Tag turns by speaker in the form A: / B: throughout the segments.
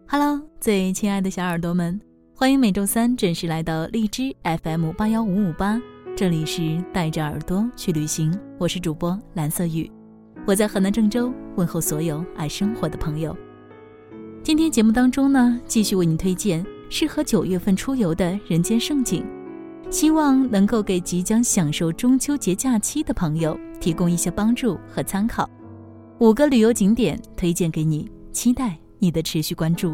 A: Hello， 最亲爱的小耳朵们，欢迎每周三准时来到荔枝 FM81558，这里是带着耳朵去旅行，我是主播蓝色雨，我在河南郑州问候所有爱生活的朋友。今天节目当中呢，继续为你推荐适合9月份出游的人间胜景，希望能够给即将享受中秋节假期的朋友提供一些帮助和参考。5个旅游景点推荐给你，期待你的持续关注。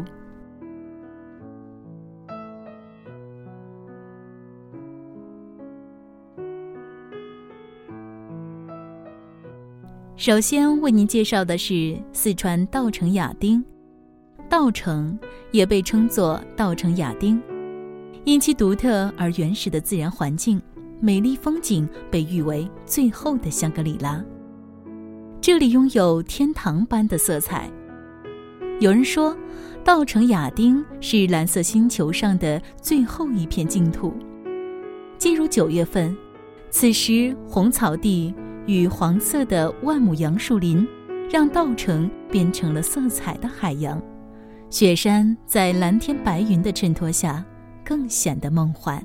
A: 首先为您介绍的是四川稻城亚丁。稻城也被称作稻城亚丁，因其独特而原始的自然环境、美丽风景，被誉为最后的香格里拉。这里拥有天堂般的色彩。有人说，稻城亚丁是蓝色星球上的最后一片净土。进入9月份，此时红草地与黄色的万亩杨树林，让稻城变成了色彩的海洋。雪山在蓝天白云的衬托下，更显得梦幻。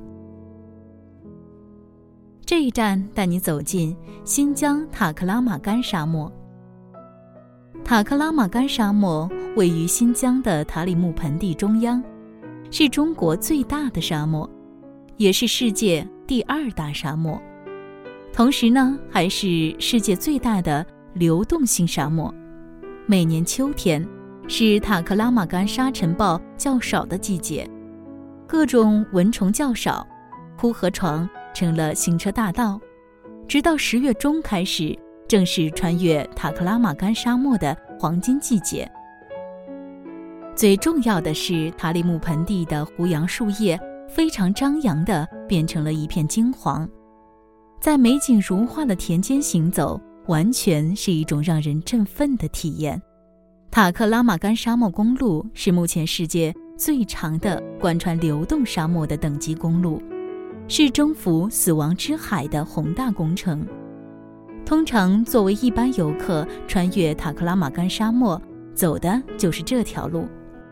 A: 这一站带你走进新疆塔克拉玛干沙漠。塔克拉玛干沙漠位于新疆的塔里木盆地中央，是中国最大的沙漠，也是世界第2大沙漠。同时呢，还是世界最大的流动性沙漠。每年秋天是塔克拉玛干沙尘暴较少的季节，各种蚊虫较少，枯河床成了行车大道。直到10月中开始，正是穿越塔克拉玛干沙漠的黄金季节。最重要的是，塔里木盆地的胡杨树叶非常张扬地变成了一片金黄，在美景如画的田间行走，完全是一种让人振奋的体验。塔克拉玛干沙漠公路是目前世界最长的贯穿流动沙漠的等级公路，是征服死亡之海的宏大工程。通常作为一般游客穿越塔克拉玛干沙漠，走的就是这条路。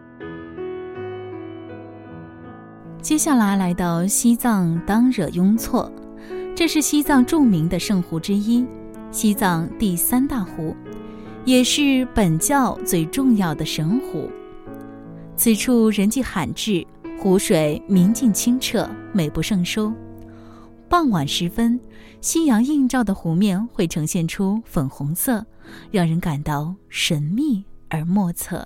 A: 接下来到西藏当惹雍措，这是西藏著名的圣湖之一，西藏第3大湖，也是本教最重要的神湖。此处人迹罕至，湖水明净清澈，美不胜收。傍晚时分，夕阳映照的湖面会呈现出粉红色，让人感到神秘而莫测。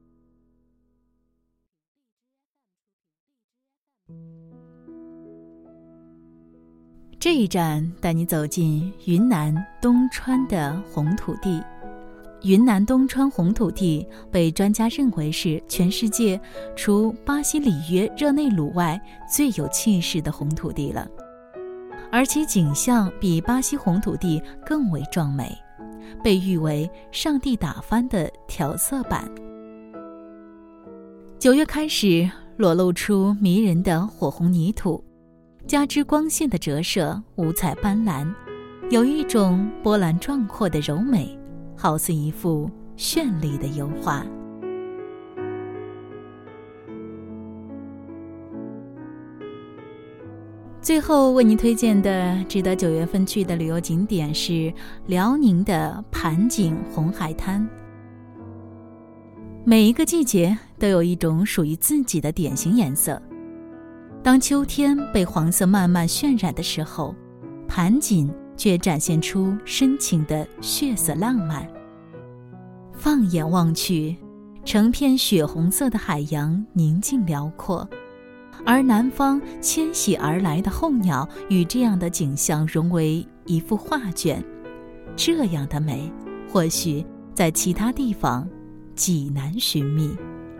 A: 这一站带你走进云南东川的红土地。云南东川红土地被专家认为是全世界除巴西里约热内卢外最有气势的红土地了，而其景象比巴西红土地更为壮美，被誉为上帝打翻的调色板。9月开始裸露出迷人的火红泥土，加之光线的折射，五彩斑斓，有一种波澜壮阔的柔美，好似一幅绚丽的油画。最后为您推荐的值得9月份去的旅游景点是辽宁的盘锦红海滩。每一个季节都有一种属于自己的典型颜色，当秋天被黄色慢慢渲染的时候，盘锦却展现出深情的血色浪漫。放眼望去，成片血红色的海洋宁静辽阔，而南方迁徙而来的候鸟与这样的景象融为一幅画卷。这样的美，或许在其他地方极难寻觅。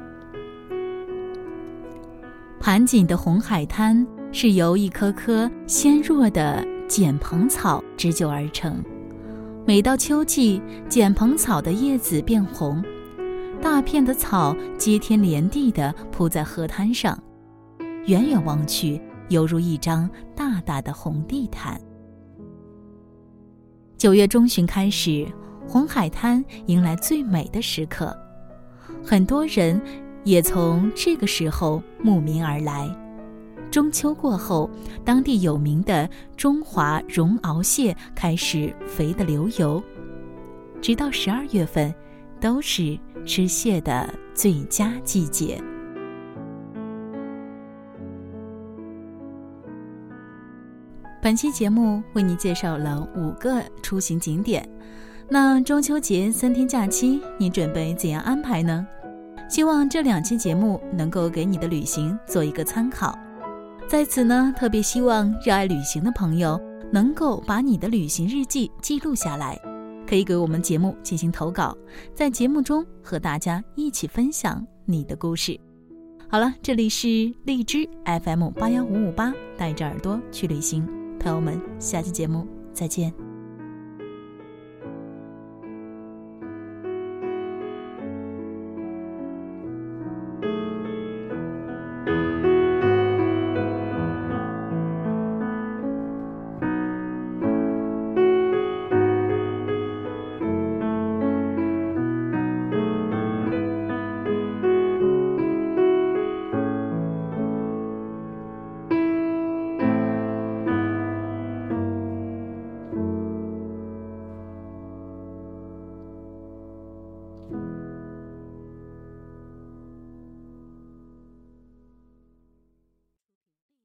A: 盘锦的红海滩是由一棵棵纤弱的碱蓬草织就而成。每到秋季，碱蓬草的叶子变红，大片的草接天连地地铺在河滩上，远远望去，犹如一张大大的红地毯。9月中旬开始，红海滩迎来最美的时刻，很多人也从这个时候慕名而来。中秋过后，当地有名的中华绒螯蟹开始肥得流油，直到12月份都是吃蟹的最佳季节。本期节目为你介绍了5个出行景点。那中秋节3天假期，你准备怎样安排呢？希望这2期节目能够给你的旅行做一个参考。在此呢，特别希望热爱旅行的朋友能够把你的旅行日记记录下来，可以给我们节目进行投稿，在节目中和大家一起分享你的故事。好了，这里是荔枝 FM 81558，带着耳朵去旅行，朋友们，下期节目再见。